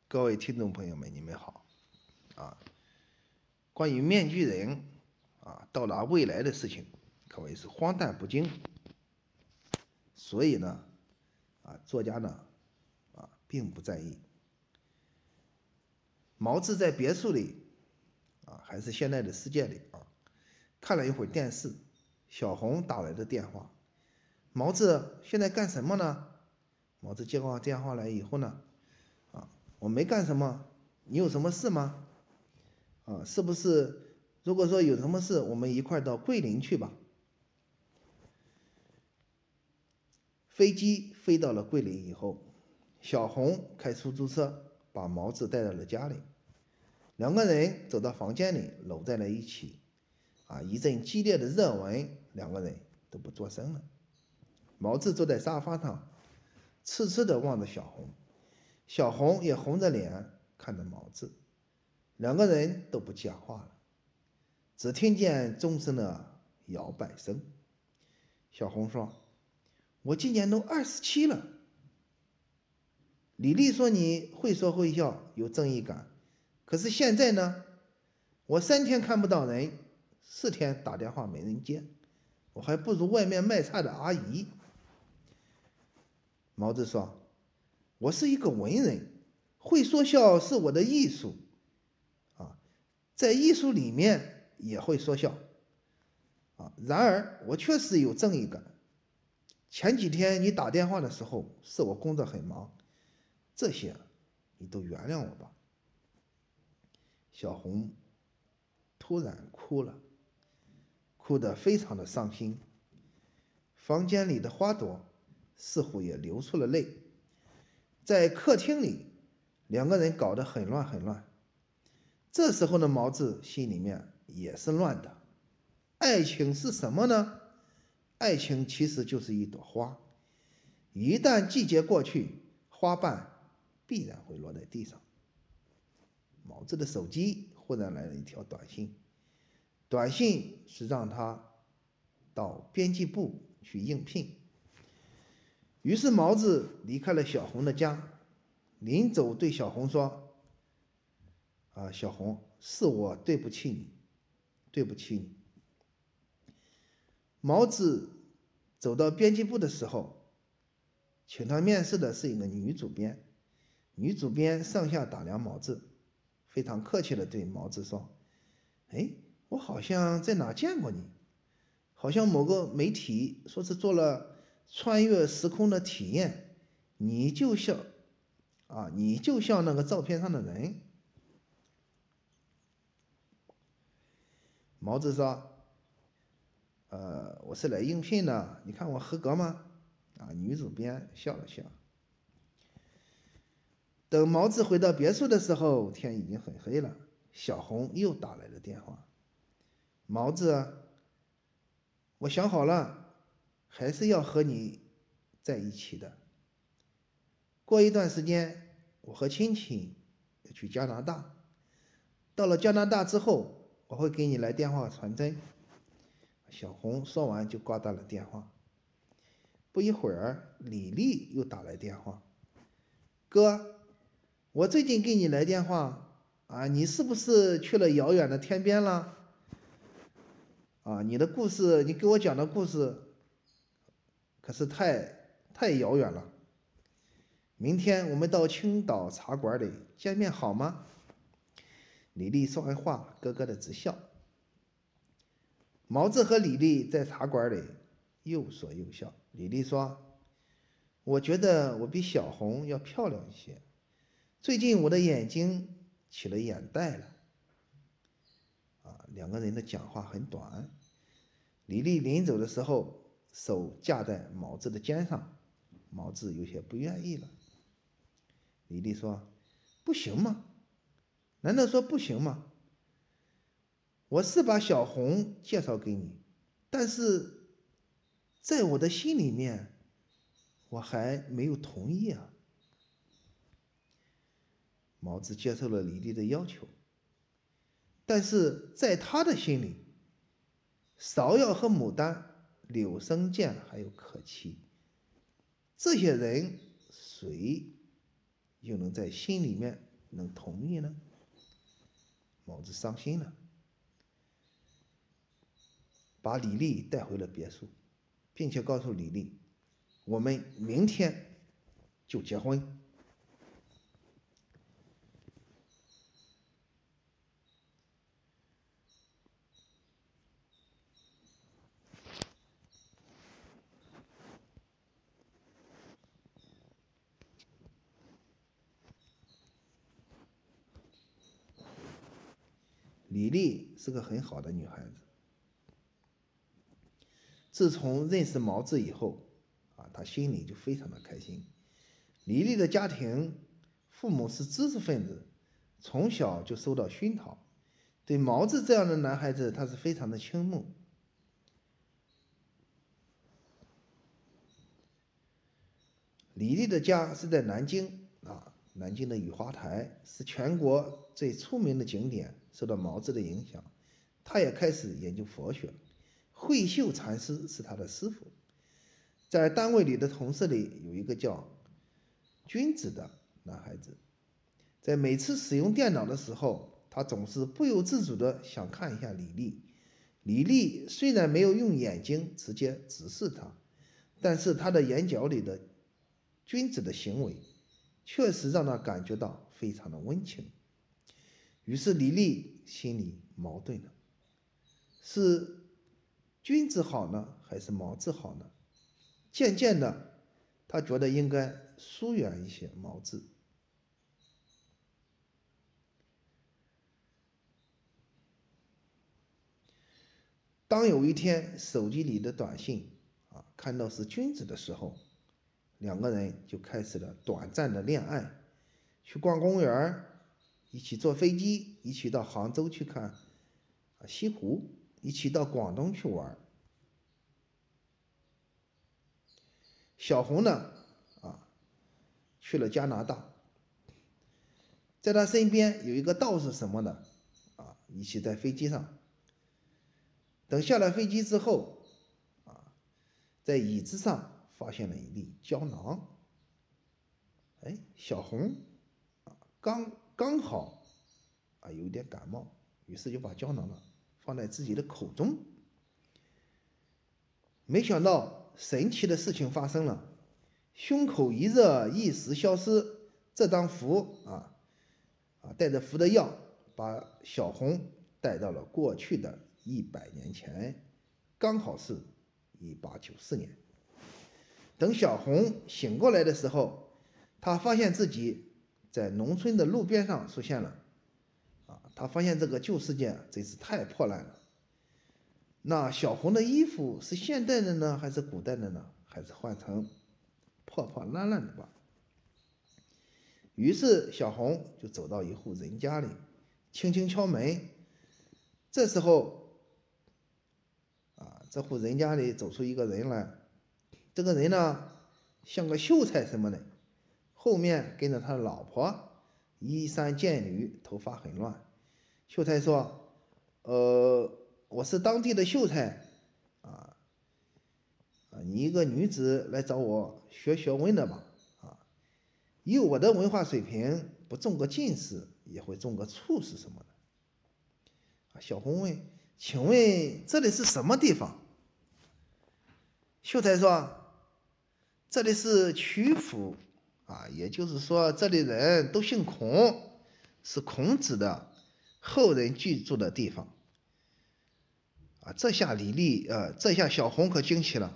各位听众朋友们，你们好啊！关于面具人到达未来的事情，可谓是荒诞不经。所以呢，作家呢并不在意。毛子在别墅里还是现在的世界里看了一会儿电视，小红打来的电话。毛子现在干什么呢？毛子接过电话来以后呢，我没干什么，你有什么事吗？是不是？如果说有什么事，我们一块到桂林去吧。飞机飞到了桂林以后，小红开出租车把毛子带到了家里，两个人走到房间里，搂在了一起。一阵激烈的热吻，两个人都不作声了。毛子坐在沙发上，痴痴地望着小红，小红也红着脸看着毛子，两个人都不讲话了，只听见钟声的摇摆声。小红说：“我今年都27了。”李丽说：“你会说会笑，有正义感，可是现在呢？我3天看不到人，4天打电话没人接，我还不如外面卖菜的阿姨。”毛子说：“我是一个文人，会说笑是我的艺术，在艺术里面也会说笑。然而我确实有正义感。前几天你打电话的时候，是我工作很忙，这些你都原谅我吧。”小红突然哭了，哭得非常的伤心。房间里的花朵似乎也流出了泪。在客厅里，两个人搞得很乱很乱。这时候的毛子心里面也是乱的。爱情是什么呢？爱情其实就是一朵花，一旦季节过去，花瓣必然会落在地上。毛子的手机忽然来了一条短信，短信是让他到编辑部去应聘。于是毛子离开了小红的家，临走对小红说：“小红，是我对不起你，对不起你。”毛子走到编辑部的时候，请他面试的是一个女主编。女主编上下打量毛子，非常客气地对毛子说：“我好像在哪见过你，好像某个媒体说是做了穿越时空的体验，你就像那个照片上的人。”毛子说：“我是来应聘的，你看我合格吗？”女主编笑了笑。等毛子回到别墅的时候，天已经很黑了。小红又打来了电话：“毛子，我想好了，还是要和你在一起的。过一段时间，我和亲戚要去加拿大，到了加拿大之后，我会给你来电话传真。”小红说完就挂断了电话。不一会儿，李丽又打来电话：“哥，我最近给你来电话你是不是去了遥远的天边了？你的故事，你给我讲的故事可是太遥远了。明天我们到青岛茶馆里见面好吗？”李丽说完话，咯咯的直笑。毛子和李丽在茶馆里又说又笑。李丽说：“我觉得我比小红要漂亮一些，最近我的眼睛起了眼袋了。”两个人的讲话很短。李丽临走的时候，手架在毛子的肩上，毛子有些不愿意了。李丽说：“不行吗？难道说不行吗？我是把小红介绍给你，但是在我的心里面，我还没有同意啊。”毛子接受了李丽的要求，但是在他的心里，芍药和牡丹、柳生剑还有可期，这些人谁又能在心里面能同意呢？毛子伤心了，把李丽带回了别墅，并且告诉李丽，我们明天就结婚。李丽是个很好的女孩子，自从认识毛子以后，她心里就非常的开心。李丽的家庭，父母是知识分子，从小就受到熏陶，对毛子这样的男孩子，她是非常的倾慕。李丽的家是在南京南京的雨花台是全国最出名的景点，受到毛子的影响，他也开始研究佛学。慧秀禅师是他的师傅。在单位里的同事里有一个叫君子的男孩子，在每次使用电脑的时候，他总是不由自主的想看一下李丽。李丽虽然没有用眼睛直接直视他，但是他的眼角里的君子的行为确实让他感觉到非常的温情。于是李丽心里矛盾了，是君子好呢，还是毛子好呢？渐渐的，他觉得应该疏远一些毛子。当有一天手机里的短信看到是君子的时候，两个人就开始了短暂的恋爱，去逛公园，一起坐飞机，一起到杭州去看西湖，一起到广东去玩。小红呢去了加拿大，在他身边有一个道士什么的一起在飞机上。等下了飞机之后在椅子上发现了一粒胶囊。小红刚好有一点感冒，于是就把胶囊放在自己的口中。没想到神奇的事情发生了，胸口一热，一时消失。这张符带着符的药把小红带到了过去的100年前，刚好是1894年。等小红醒过来的时候，她发现自己在农村的路边上出现了。她发现这个旧世界真是太破烂了。那小红的衣服是现代的呢，还是古代的呢？还是换成破破烂烂的吧？于是小红就走到一户人家里，轻轻敲门。这时候这户人家里走出一个人来，这个人呢像个秀才什么的，后面跟着他的老婆，衣衫褴褛，头发很乱。秀才说我是当地的秀才你一个女子来找我学学问的吧以我的文化水平，不中个进士也会中个处士什么的。小红问，请问这里是什么地方？秀才说，这里是曲阜也就是说这里人都姓孔，是孔子的后人居住的地方。这下这下小红可惊奇了，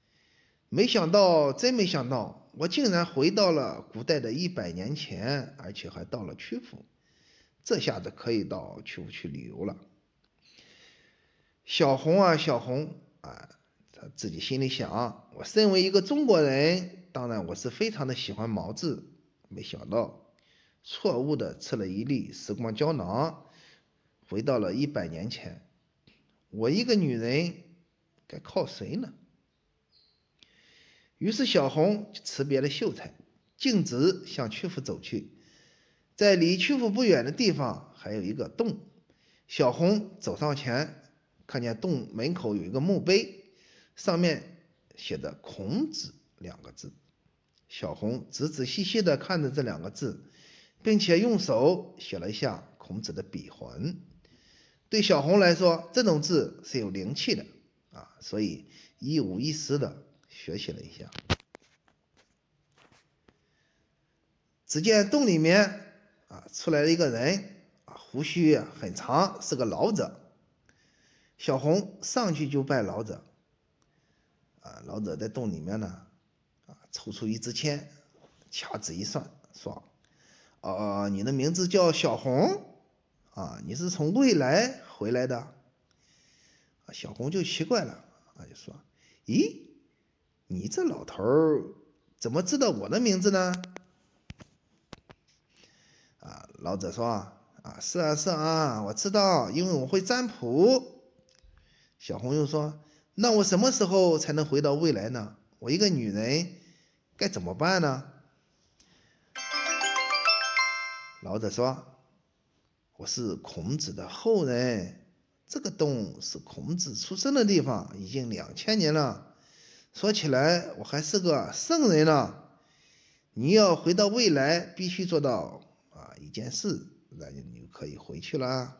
真没想到，我竟然回到了古代的100年前，而且还到了曲阜，这下子可以到曲阜去旅游了。小红他自己心里想，我身为一个中国人，当然我是非常的喜欢毛子，没想到错误的吃了一粒时光胶囊，回到了100年前。我一个女人该靠谁呢？于是小红辞别了秀才，径直向曲阜走去。在离曲阜不远的地方还有一个洞，小红走上前，看见洞门口有一个墓碑，上面写着孔子2个字。小红仔仔细细地看着这2个字， 并且用手写了一下孔子的笔魂。对小红来说，这种字是有灵气的所以一五一十的学习了一下。只见洞里面出来了一个人胡须很长，是个老者。小红上去就拜老者。老者在洞里面呢抽出一支签，掐指一算，说你的名字叫小红你是从未来回来的。小红就奇怪了就说咦，你这老头怎么知道我的名字呢？老者说是啊，我知道，因为我会占卜。小红又说，那我什么时候才能回到未来呢？我一个女人该怎么办呢？老者说，我是孔子的后人，这个洞是孔子出生的地方，已经2000年了。说起来我还是个圣人呢。你要回到未来，必须做到一件事，那你就可以回去了。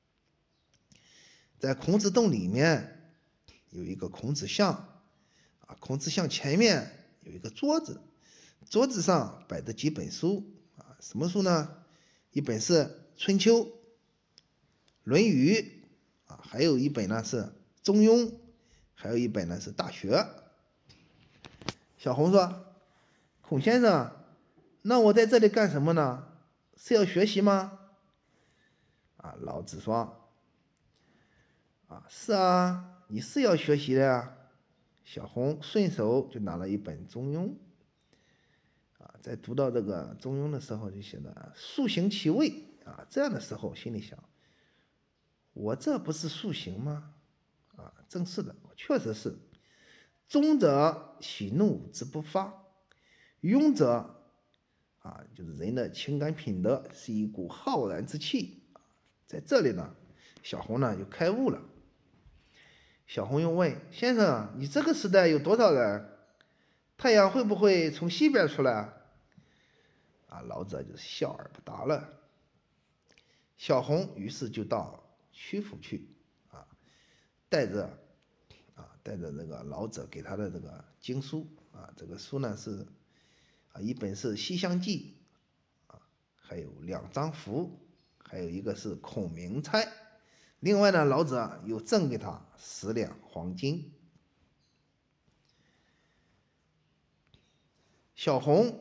在孔子洞里面有一个孔子像孔子像前面有一个桌子，桌子上摆着几本书什么书呢？一本是《春秋》、《论语》还有一本呢是《中庸》，还有一本呢是《大学》。小红说，孔先生，那我在这里干什么呢？是要学习吗？老子说，是啊，你是要学习的呀。小红顺手就拿了一本《中庸》在读到这个《中庸》的时候就写的塑形其味这样的时候心里想，我这不是塑形吗？正是的，确实是。中者喜怒之不发，庸者就是人的情感品德是一股浩然之气。在这里呢，小红呢就开悟了。小红又问，先生，你这个时代有多少人？太阳会不会从西边出来？老者就笑而不答了。小红于是就到曲阜去带着这个老者给他的这个经书这个书呢是一本是《西厢记》还有2张符，还有一个是孔明钗。另外呢，老者又赠给他10两黄金。小红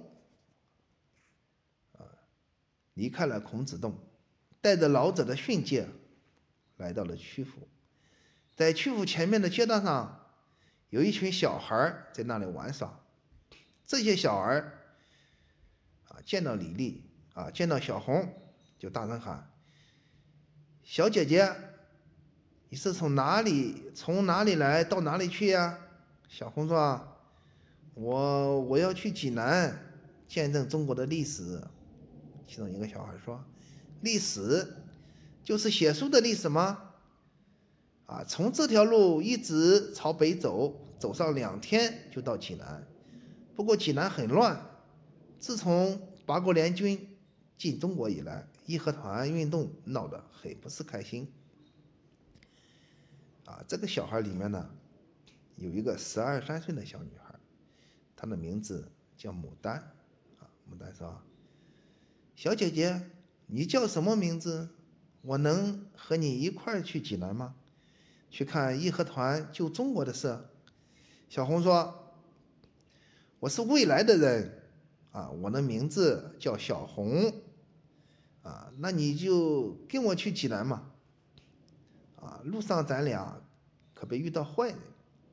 离开了孔子洞，带着老者的训诫来到了曲阜。在曲阜前面的街道上，有一群小孩在那里玩耍。这些小孩见到李丽见到小红就大声喊，小姐姐，你是从哪里来到哪里去呀？小红说，我要去济南见证中国的历史。其中一个小孩说，历史就是写书的历史吗？从这条路一直朝北走，走上2天就到济南。不过济南很乱，自从八国联军进中国以来，义和团运动闹得很不是开心。这个小孩里面呢，有一个12、13岁的小女孩，她的名字叫牡丹。牡丹说，小姐姐，你叫什么名字？我能和你一块儿去济南吗？去看义和团救中国的事。小红说，我是未来的人我的名字叫小红那你就跟我去济南嘛路上咱俩可别遇到坏人。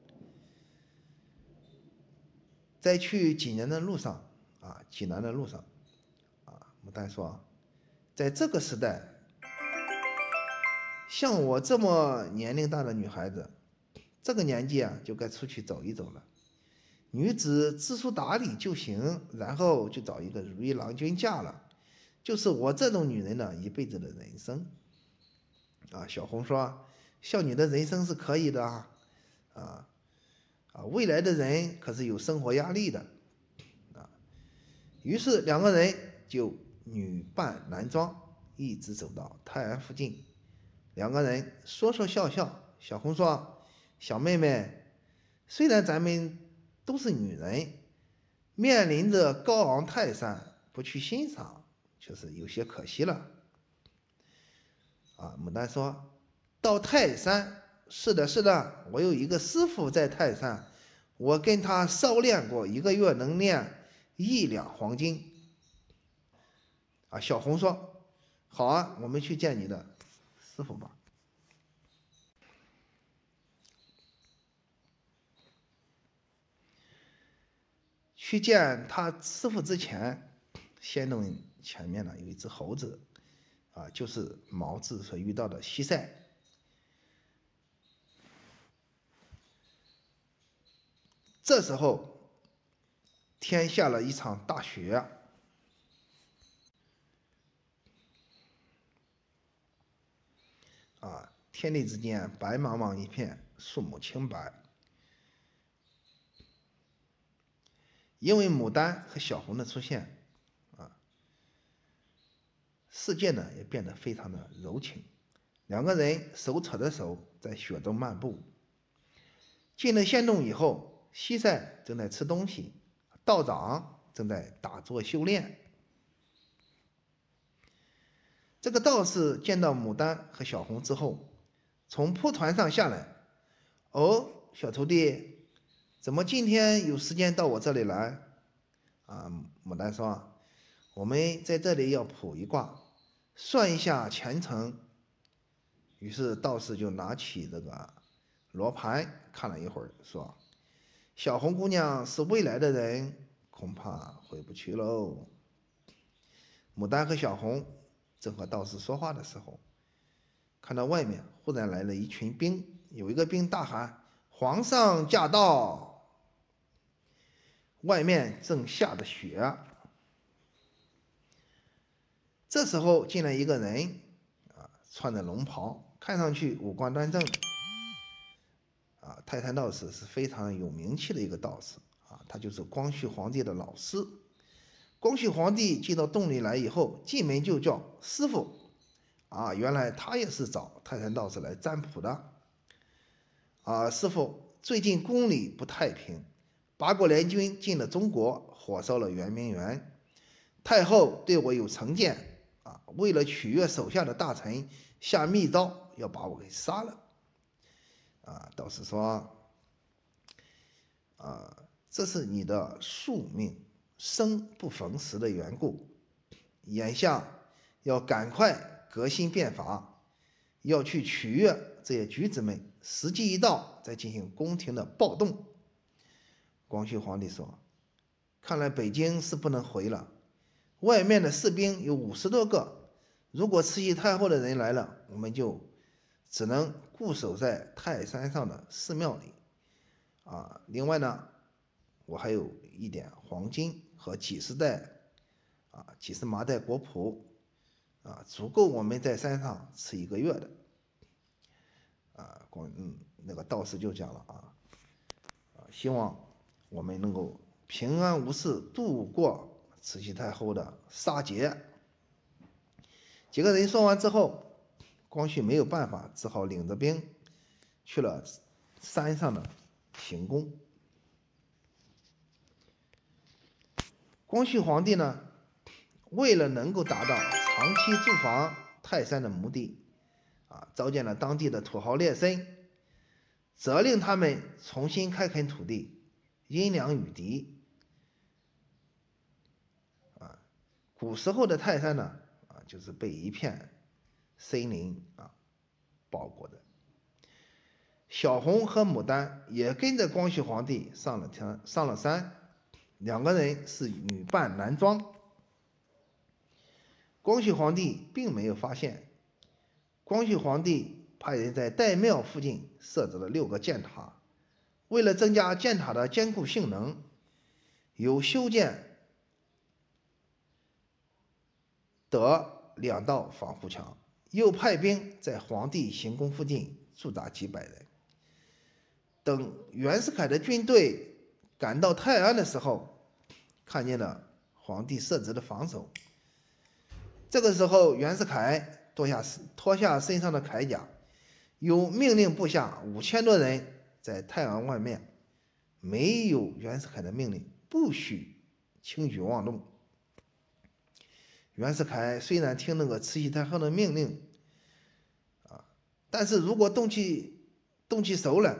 在去济南的路上牡丹说，在这个时代，像我这么年龄大的女孩子，这个年纪就该出去走一走了。女子知书达理就行，然后就找一个如意郎君嫁了，就是我这种女人呢一辈子的人生。小红说，像你的人生是可以的未来的人可是有生活压力的于是2个人就女扮男装，一直走到泰安附近。两个人说说笑笑。小红说：“小妹妹，虽然咱们都是女人，面临着高昂泰山，不去欣赏，却是有些可惜了。”牡丹说：“到泰山，是的，是的，我有一个师傅在泰山，我跟他烧炼过，1个月能炼1两黄金。”小红说：“好啊，我们去见你的师傅吧。”去见他师傅之前，仙洞前面呢有一只猴子，就是毛子所遇到的西塞。这时候天下了一场大雪，天地之间白茫茫一片，树木清白。因为牡丹和小红的出现，世界呢也变得非常的柔情。两个人手扯着手在雪中漫步。进了仙洞以后，西塞正在吃东西，道长正在打坐修炼。这个道士见到牡丹和小红之后，从蒲团上下来。哦，小徒弟，怎么今天有时间到我这里来？牡丹说：“我们在这里要卜一卦，算一下前程。”于是道士就拿起这个罗盘看了一会儿，说：“小红姑娘是未来的人，恐怕回不去喽。”牡丹和小红正和道士说话的时候，看到外面忽然来了一群兵，有一个兵大喊：“皇上驾到！”外面正下着雪。这时候进来一个人，穿着龙袍，看上去五官端正。泰山道士是非常有名气的一个道士，他就是光绪皇帝的老师。光绪皇帝进到洞里来以后，进门就叫师傅。原来他也是找泰山道士来占卜的。师傅，最近宫里不太平，八国联军进了中国，火烧了圆明园。太后对我有成见，为了取悦手下的大臣，下密诏要把我给杀了。道士说：“这是你的宿命，生不逢时的缘故。眼下要赶快革新变法，要去取悦这些举子们，时机一到再进行宫廷的暴动。”光绪皇帝说：“看来北京是不能回了，外面的士兵有50多个，如果慈禧太后的人来了，我们就只能固守在泰山上的寺庙里。另外呢，我还有一点黄金和几十麻袋果脯，足够我们在山上吃1个月的。”那个道士就讲了希望我们能够平安无事度过慈禧太后的杀劫。几个人说完之后，光绪没有办法，只好领着兵去了山上的行宫。光绪皇帝呢，为了能够达到长期驻防泰山的目的，召见了当地的土豪劣绅，责令他们重新开垦土地，阴凉雨滴。古时候的泰山呢，就是被一片森林包裹的。小红和牡丹也跟着光绪皇帝上了山，两个人是女扮男装。光绪皇帝并没有发现。光绪皇帝派人在岱庙附近设置了6个箭塔，为了增加箭塔的坚固性能，有修建得2道防护墙，又派兵在皇帝行宫附近驻扎几百人。等袁世凯的军队赶到泰安的时候，看见了皇帝设置的防守， 这个时候，袁世凯脱下身上的铠甲，又命令部下5000多人在太阳外面，没有袁世凯的命令，不许轻举妄动。袁世凯虽然听那个慈禧太后的命令但是如果动气熟了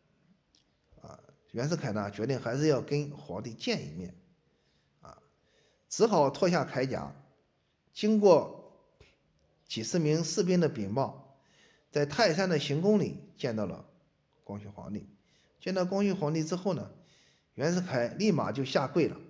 袁世凯呢决定还是要跟皇帝见一面只好脱下铠甲，经过几十名士兵的禀报，在泰山的行宫里见到了光绪皇帝。见到光绪皇帝之后呢，袁世凯立马就下跪了。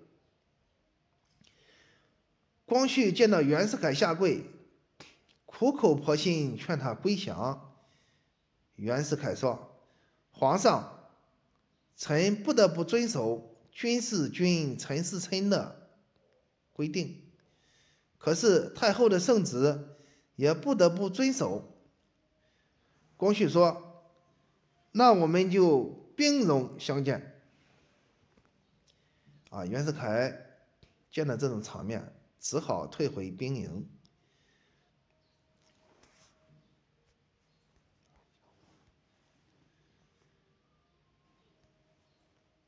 光绪见到袁世凯下跪，苦口婆心劝他归降。袁世凯说：“皇上，臣不得不遵守君是君，臣是臣的规定，可是太后的圣旨也不得不遵守。”光绪说：“那我们就兵戎相见。”袁世凯见了这种场面，只好退回兵营。